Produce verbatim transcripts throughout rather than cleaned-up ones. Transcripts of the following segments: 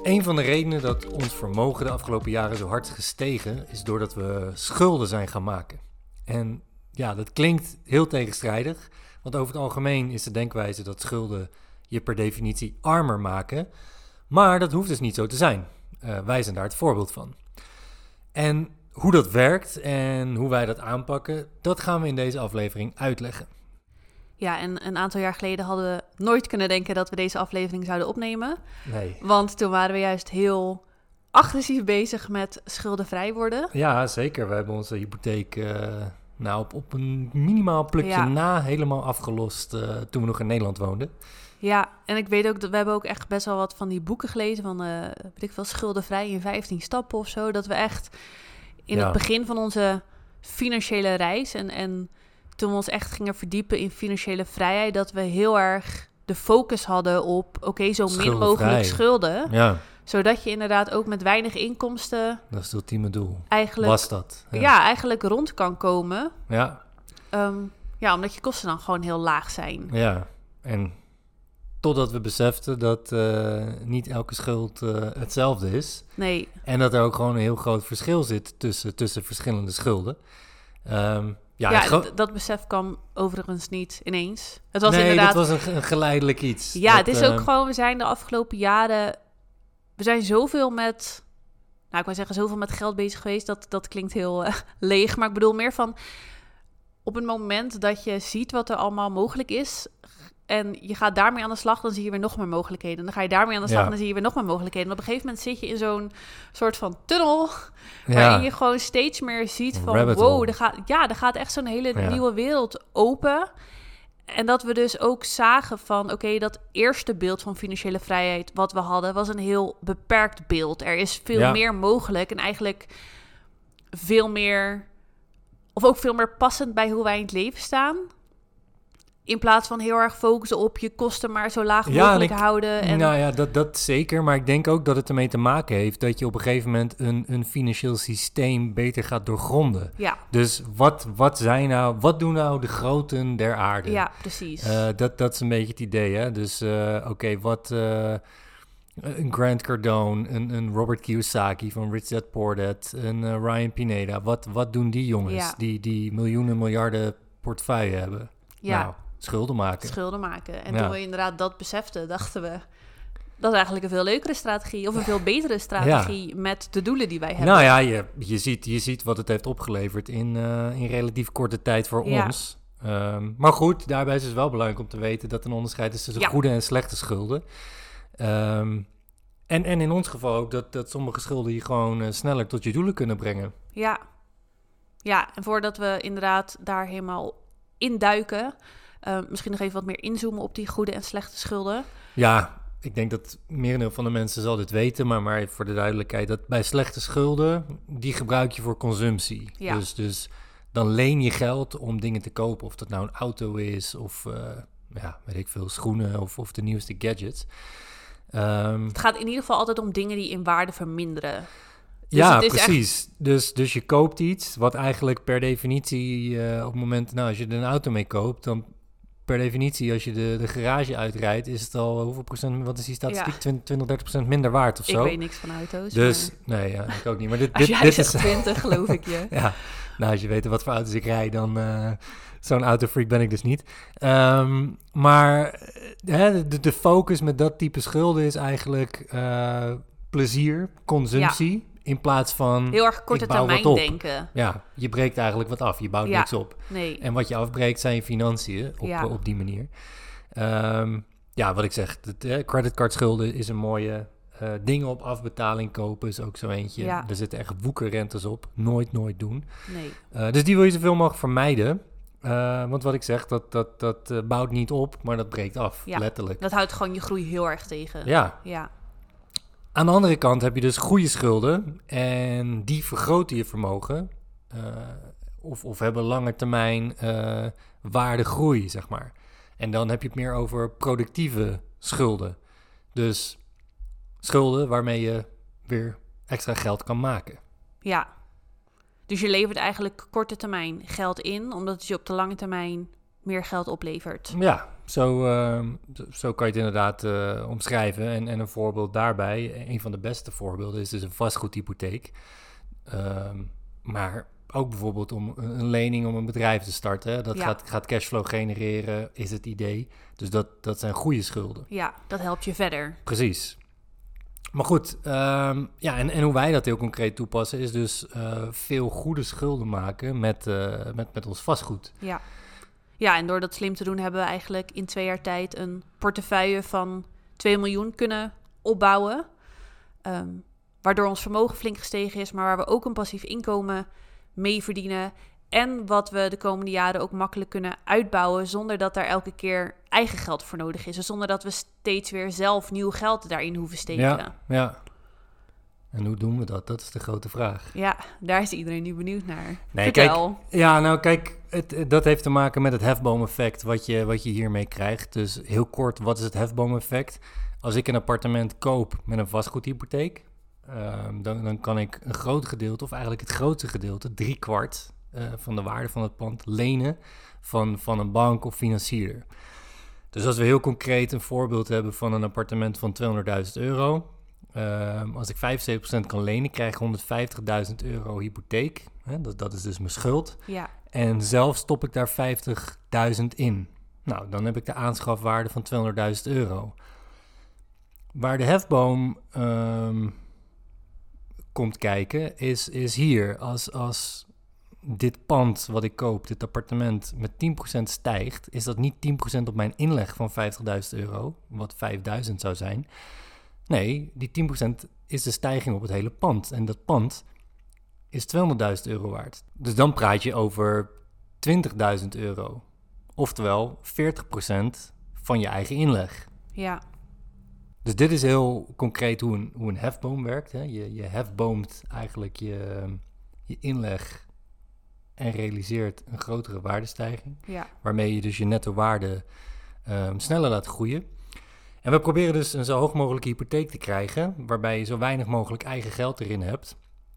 Een van de redenen dat ons vermogen de afgelopen jaren zo hard is gestegen, is doordat we schulden zijn gaan maken. En ja, dat klinkt heel tegenstrijdig, want over het algemeen is de denkwijze dat schulden je per definitie armer maken. Maar dat hoeft dus niet zo te zijn. Uh, wij zijn daar het voorbeeld van. En hoe dat werkt en hoe wij dat aanpakken, dat gaan we in deze aflevering uitleggen. Ja, en een aantal jaar geleden hadden we nooit kunnen denken dat we deze aflevering zouden opnemen. Nee. Want toen waren we juist heel agressief bezig met schuldenvrij worden. Ja, zeker. We hebben onze hypotheek uh, nou, op, op een minimaal plukje ja. na helemaal afgelost uh, toen we nog in Nederland woonden. Ja, en ik weet ook dat we hebben ook echt best wel wat van die boeken gelezen van, uh, weet ik veel, schuldenvrij in vijftien stappen of zo. Dat we echt in ja. het begin van onze financiële reis en, en toen we ons echt gingen verdiepen in financiële vrijheid, dat we heel erg de focus hadden op, oké, okay, zo min mogelijk schulden. Ja. Zodat je inderdaad ook met weinig inkomsten... Dat is het ultieme doel. Eigenlijk, Was dat. Ja. ja, eigenlijk rond kan komen. Ja. Um, ja, omdat je kosten dan gewoon heel laag zijn. Ja, en totdat we beseften dat uh, niet elke schuld uh, hetzelfde is. Nee. En dat er ook gewoon een heel groot verschil zit tussen, tussen verschillende schulden. Um, Ja, ja gro- d- dat besef kwam overigens niet ineens. Het was nee, inderdaad... dat was een, een geleidelijk iets. Ja, dat, het is uh... ook gewoon... We zijn de afgelopen jaren... We zijn zoveel met... Nou, ik wou zeggen zoveel met geld bezig geweest. Dat, dat klinkt heel uh, leeg. Maar ik bedoel meer van... Op het moment dat je ziet wat er allemaal mogelijk is... En je gaat daarmee aan de slag, dan zie je weer nog meer mogelijkheden. En dan ga je daarmee aan de slag ja. en dan zie je weer nog meer mogelijkheden. En op een gegeven moment zit je in zo'n soort van tunnel... Ja. waarin je gewoon steeds meer ziet van... Rabbit wow, er gaat, ja, er gaat echt zo'n hele ja. nieuwe wereld open. En dat we dus ook zagen van... oké, okay, dat eerste beeld van financiële vrijheid wat we hadden... was een heel beperkt beeld. Er is veel ja. meer mogelijk en eigenlijk veel meer... of ook veel meer passend bij hoe wij in het leven staan... In plaats van heel erg focussen op je kosten maar zo laag ja, mogelijk en ik, houden. En... Nou ja, dat, dat zeker. Maar ik denk ook dat het ermee te maken heeft... dat je op een gegeven moment een, een financieel systeem beter gaat doorgronden. Ja. Dus wat, wat zijn nou... Wat doen nou de groten der aarde? Ja, precies. Uh, dat, dat is een beetje het idee, hè? Dus uh, oké, okay, wat... Uh, een Grant Cardone, een, een Robert Kiyosaki van Rich Dad Poor Dad... een uh, Ryan Pineda. Wat, wat doen die jongens ja. die, die miljoenen, miljarden portefeuille hebben? Ja. Nou, schulden maken. Schulden maken. En ja. toen we inderdaad dat beseften, dachten we... dat is eigenlijk een veel leukere strategie... of een veel betere strategie ja. met de doelen die wij hebben. Nou ja, je, je, ziet, je ziet wat het heeft opgeleverd in, uh, in relatief korte tijd voor ja. ons. Um, maar goed, daarbij is het wel belangrijk om te weten... dat er een onderscheid is tussen ja. goede en slechte schulden. Um, en, en in ons geval ook dat, dat sommige schulden... je gewoon uh, sneller tot je doelen kunnen brengen. Ja. Ja, en voordat we inderdaad daar helemaal induiken... Uh, misschien nog even wat meer inzoomen op die goede en slechte schulden. Ja, ik denk dat merendeel van de mensen zal dit weten... maar, maar voor de duidelijkheid, dat bij slechte schulden... die gebruik je voor consumptie. Ja. Dus, dus dan leen je geld om dingen te kopen. Of dat nou een auto is of, uh, ja, weet ik veel, schoenen of, of de nieuwste gadgets. Um, het gaat in ieder geval altijd om dingen die in waarde verminderen. Dus ja, het is precies. Echt... Dus, dus je koopt iets wat eigenlijk per definitie... Uh, op het moment, nou, als je er een auto mee koopt... dan per definitie, als je de, de garage uitrijdt... is het al hoeveel procent, wat is die statistiek? Ja. twintig, dertig procent minder waard of zo. Ik weet niks van auto's. Dus, maar... nee, ja, ik ook niet. Maar dit, als dit, jij dit zegt is twintig, geloof ik je. Ja, nou, als je weet wat voor auto's ik rijd, dan... Uh, zo'n autofreak ben ik dus niet. Um, maar hè, de, de focus met dat type schulden is eigenlijk... Uh, plezier, consumptie... Ja. In plaats van... Heel erg korte termijn denken. Ja, je breekt eigenlijk wat af. Je bouwt ja, niks op. Nee. En wat je afbreekt zijn je financiën op, ja. op die manier. Um, ja, wat ik zeg, het, eh, creditcardschulden is een mooie... Uh, dingen op afbetaling kopen is ook zo eentje. Ja. Er zitten echt woekerrentes op. Nooit, nooit doen. Nee. Uh, dus die wil je zoveel mogelijk vermijden. Uh, want wat ik zeg, dat, dat, dat uh, bouwt niet op, maar dat breekt af, ja. letterlijk. Dat houdt gewoon je groei heel erg tegen. Ja. Ja. Aan de andere kant heb je dus goede schulden en die vergroten je vermogen uh, of, of hebben lange termijn uh, waardegroei, zeg maar. En dan heb je het meer over productieve schulden. Dus schulden waarmee je weer extra geld kan maken. Ja, dus je levert eigenlijk korte termijn geld in, omdat het je op de lange termijn meer geld oplevert. Ja, zo, uh, zo kan je het inderdaad uh, omschrijven. En, en een voorbeeld daarbij, een van de beste voorbeelden, is dus een vastgoedhypotheek. Uh, maar ook bijvoorbeeld om een lening om een bedrijf te starten. Dat ja. gaat, gaat cashflow genereren, is het idee. Dus dat, dat zijn goede schulden. Ja, dat helpt je verder. Precies. Maar goed, um, ja, en, en hoe wij dat heel concreet toepassen is dus uh, veel goede schulden maken met, uh, met, met ons vastgoed. Ja. ja, en door dat slim te doen hebben we eigenlijk in twee jaar tijd een portefeuille van twee miljoen kunnen opbouwen. Um, waardoor ons vermogen flink gestegen is, maar waar we ook een passief inkomen mee verdienen. En wat we de komende jaren ook makkelijk kunnen uitbouwen zonder dat daar elke keer eigen geld voor nodig is. Dus zonder dat we steeds weer zelf nieuw geld daarin hoeven steken. Ja, ja. En hoe doen we dat? Dat is de grote vraag. Ja, daar is iedereen nu benieuwd naar. Nee, Vertel. Kijk, ja, nou kijk, het, het, dat heeft te maken met het hefboom-effect wat je, wat je hiermee krijgt. Dus heel kort, wat is het hefboom-effect? Als ik een appartement koop met een vastgoedhypotheek, um, dan, dan kan ik een groot gedeelte, of eigenlijk het grootste gedeelte, drie kwart... Uh, van de waarde van het pand lenen van, van een bank of financierder. Dus als we heel concreet een voorbeeld hebben van een appartement van tweehonderdduizend euro. Uh, als ik vijfenzeventig procent kan lenen, krijg ik honderdvijftigduizend euro hypotheek. Hè, dat, dat is dus mijn schuld. Ja. En zelf stop ik daar vijftigduizend in. Nou, dan heb ik de aanschafwaarde van tweehonderdduizend euro. Waar de hefboom um, komt kijken, is, is hier. Als... als dit pand wat ik koop, dit appartement, met tien procent stijgt, is dat niet tien procent op mijn inleg van vijftigduizend euro, wat vijfduizend zou zijn. Nee, die tien procent is de stijging op het hele pand. En dat pand is tweehonderdduizend euro waard. Dus dan praat je over twintigduizend euro. Oftewel veertig procent van je eigen inleg. Ja. Dus dit is heel concreet hoe een, hoe een hefboom werkt. Hè? Je, je hefboomt eigenlijk je, je inleg en realiseert een grotere waardestijging. Ja. Waarmee je dus je netto waarde um, sneller laat groeien. En we proberen dus een zo hoog mogelijke hypotheek te krijgen, waarbij je zo weinig mogelijk eigen geld erin hebt.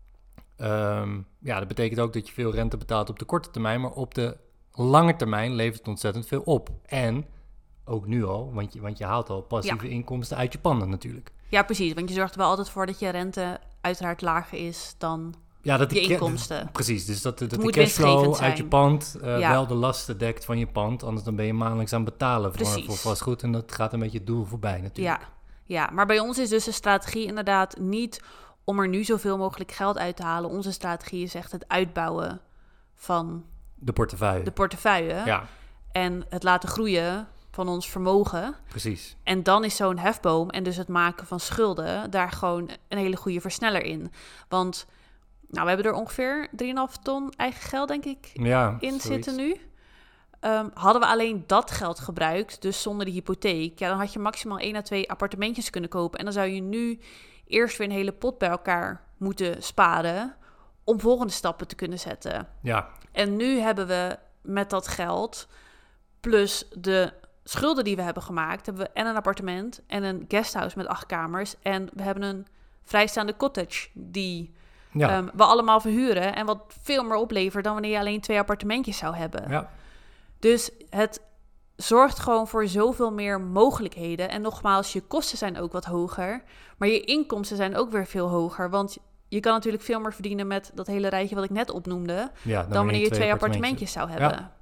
Um, ja, dat betekent ook dat je veel rente betaalt op de korte termijn, maar op de lange termijn levert het ontzettend veel op. En ook nu al, want je, want je haalt al passieve ja. inkomsten uit je panden natuurlijk. Ja, precies. Want je zorgt er wel altijd voor dat je rente uiteraard lager is dan ja, dat je die inkomsten. Precies, dus dat, dat de cashflow uit je pand uh, ja. wel de lasten dekt van je pand. Anders dan ben je maandelijks aan het betalen voor, voor vastgoed. En dat gaat een beetje het doel voorbij natuurlijk. Ja. ja, maar bij ons is dus de strategie inderdaad niet om er nu zoveel mogelijk geld uit te halen. Onze strategie is echt het uitbouwen van de portefeuille. De portefeuille. Ja. En het laten groeien van ons vermogen. Precies. En dan is zo'n hefboom en dus het maken van schulden daar gewoon een hele goede versneller in. Want nou, we hebben er ongeveer drie komma vijf ton eigen geld, denk ik, ja, in zoiets. zitten nu. Um, hadden we alleen dat geld gebruikt, dus zonder de hypotheek, ja, dan had je maximaal één à twee appartementjes kunnen kopen. En dan zou je nu eerst weer een hele pot bij elkaar moeten sparen om volgende stappen te kunnen zetten. Ja. En nu hebben we met dat geld, plus de schulden die we hebben gemaakt, hebben we en een appartement en een guesthouse met acht kamers. En we hebben een vrijstaande cottage die ja. um, we allemaal verhuren. En wat veel meer oplevert dan wanneer je alleen twee appartementjes zou hebben. Ja. Dus het zorgt gewoon voor zoveel meer mogelijkheden. En nogmaals, je kosten zijn ook wat hoger. Maar je inkomsten zijn ook weer veel hoger. Want je kan natuurlijk veel meer verdienen met dat hele rijtje wat ik net opnoemde. Ja, dan, dan wanneer je twee, twee appartementjes zou hebben. Ja.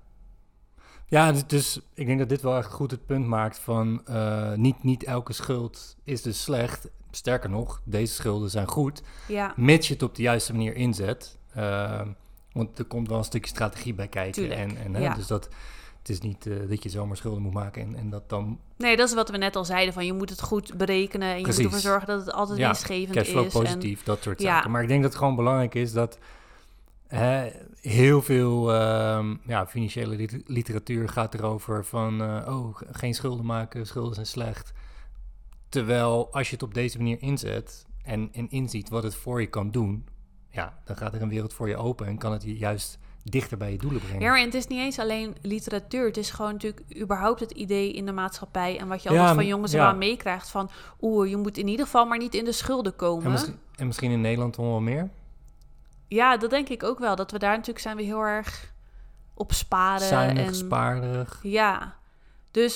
Ja, dus, dus ik denk dat dit wel echt goed het punt maakt van uh, niet, niet elke schuld is dus slecht. Sterker nog, deze schulden zijn goed, ja. mits je het op de juiste manier inzet. Uh, want er komt wel een stukje strategie bij kijken. En, en, hè, ja. Dus dat, het is niet uh, dat je zomaar schulden moet maken en, en dat dan... Nee, dat is wat we net al zeiden, van je moet het goed berekenen en je Precies. moet ervoor zorgen dat het altijd ja, winstgevend is. Cashflow positief, en, dat soort ja. zaken. Maar ik denk dat het gewoon belangrijk is dat... Hè, heel veel uh, ja, financiële literatuur gaat erover van... Uh, oh, geen schulden maken, schulden zijn slecht. Terwijl als je het op deze manier inzet en, en inziet wat het voor je kan doen... ja, dan gaat er een wereld voor je open en kan het je juist dichter bij je doelen brengen. Ja, maar het is niet eens alleen literatuur. Het is gewoon natuurlijk überhaupt het idee in de maatschappij... en wat je ja, altijd van jongens ja. aan meekrijgt van... oeh, je moet in ieder geval maar niet in de schulden komen. En misschien, en misschien in Nederland nog wel meer... Ja, dat denk ik ook wel. Dat we daar natuurlijk zijn we heel erg op sparen. Zuinig, en spaarderig. Ja, dus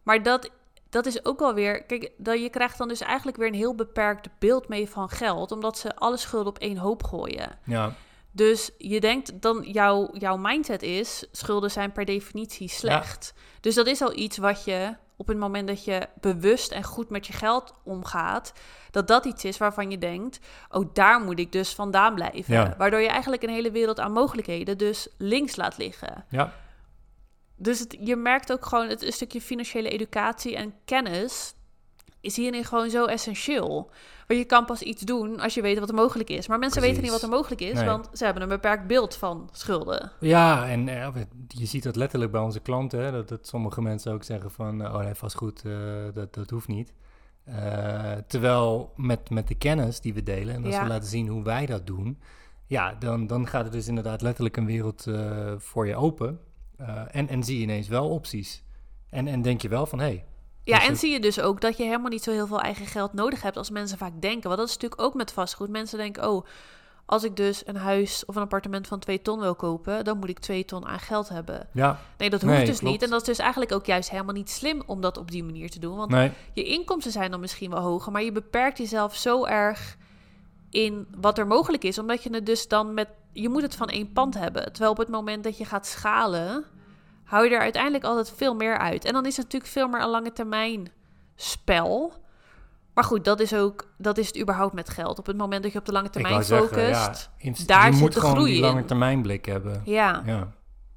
Maar dat, dat is ook alweer... Kijk, dat je krijgt dan dus eigenlijk weer een heel beperkt beeld mee van geld, omdat ze alle schulden op één hoop gooien. Ja. Dus je denkt dan, jouw, jouw mindset is, schulden zijn per definitie slecht. Ja. Dus dat is al iets wat je, op het moment dat je bewust en goed met je geld omgaat, dat dat iets is waarvan je denkt, oh, daar moet ik dus vandaan blijven. Ja. Waardoor je eigenlijk een hele wereld aan mogelijkheden dus links laat liggen. Ja. Dus het, je merkt ook gewoon, het een stukje financiële educatie en kennis is hierin gewoon zo essentieel. Want je kan pas iets doen als je weet wat er mogelijk is. Maar mensen Precies. weten niet wat er mogelijk is, nee. want ze hebben een beperkt beeld van schulden. Ja, en uh, je ziet dat letterlijk bij onze klanten, hè, dat, dat sommige mensen ook zeggen van, uh, oh nee, vastgoed, uh, dat, dat hoeft niet. Uh, terwijl met, met de kennis die we delen, en als ja. we laten zien hoe wij dat doen, ja, dan, dan gaat het dus inderdaad letterlijk een wereld uh, voor je open. Uh, en, en zie je ineens wel opties. En, en denk je wel van, hé... Hey, ja, en zie je dus ook dat je helemaal niet zo heel veel eigen geld nodig hebt als mensen vaak denken. Want dat is natuurlijk ook met vastgoed. Mensen denken, oh, als ik dus een huis of een appartement van twee ton wil kopen, dan moet ik twee ton aan geld hebben. Ja. Nee, dat hoeft nee, dus klopt. niet. En dat is dus eigenlijk ook juist helemaal niet slim om dat op die manier te doen. Want nee. je inkomsten zijn dan misschien wel hoger, maar je beperkt jezelf zo erg in wat er mogelijk is. Omdat je het dus dan met... Je moet het van één pand hebben. Terwijl op het moment dat je gaat schalen, hou je er uiteindelijk altijd veel meer uit. En dan is het natuurlijk veel meer een lange termijn spel. Maar goed, dat is ook, dat is het überhaupt met geld. Op het moment dat je op de lange termijn focust, zeggen, ja, inst- daar zit de groei in. Je moet gewoon die lange termijn blik hebben. Ja. ja.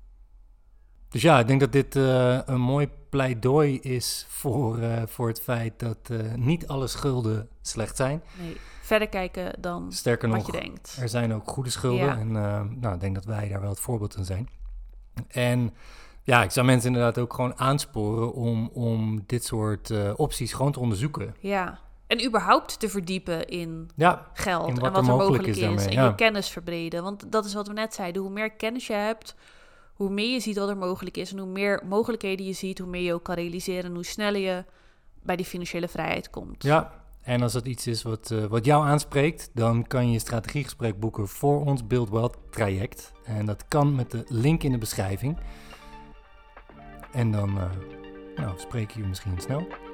Dus ja, ik denk dat dit uh, een mooi pleidooi is voor, uh, voor het feit dat uh, niet alle schulden slecht zijn. Nee, verder kijken dan Sterker wat nog, je denkt. Er zijn ook goede schulden. Ja. En uh, nou, ik denk dat wij daar wel het voorbeeld in zijn. En ja, ik zou mensen inderdaad ook gewoon aansporen om, om dit soort uh, opties gewoon te onderzoeken. Ja, en überhaupt te verdiepen in ja, geld in wat en wat er er mogelijk mogelijk is. is daarmee, en ja. je kennis verbreden. Want dat is wat we net zeiden. Hoe meer kennis je hebt, hoe meer je ziet wat er mogelijk is. En hoe meer mogelijkheden je ziet, hoe meer je ook kan realiseren. En hoe sneller je bij die financiële vrijheid komt. Ja, en als dat iets is wat, uh, wat jou aanspreekt, dan kan je een strategiegesprek boeken voor ons Build Wealth traject. En dat kan met de link in de beschrijving. En dan uh, nou, spreken jullie misschien snel.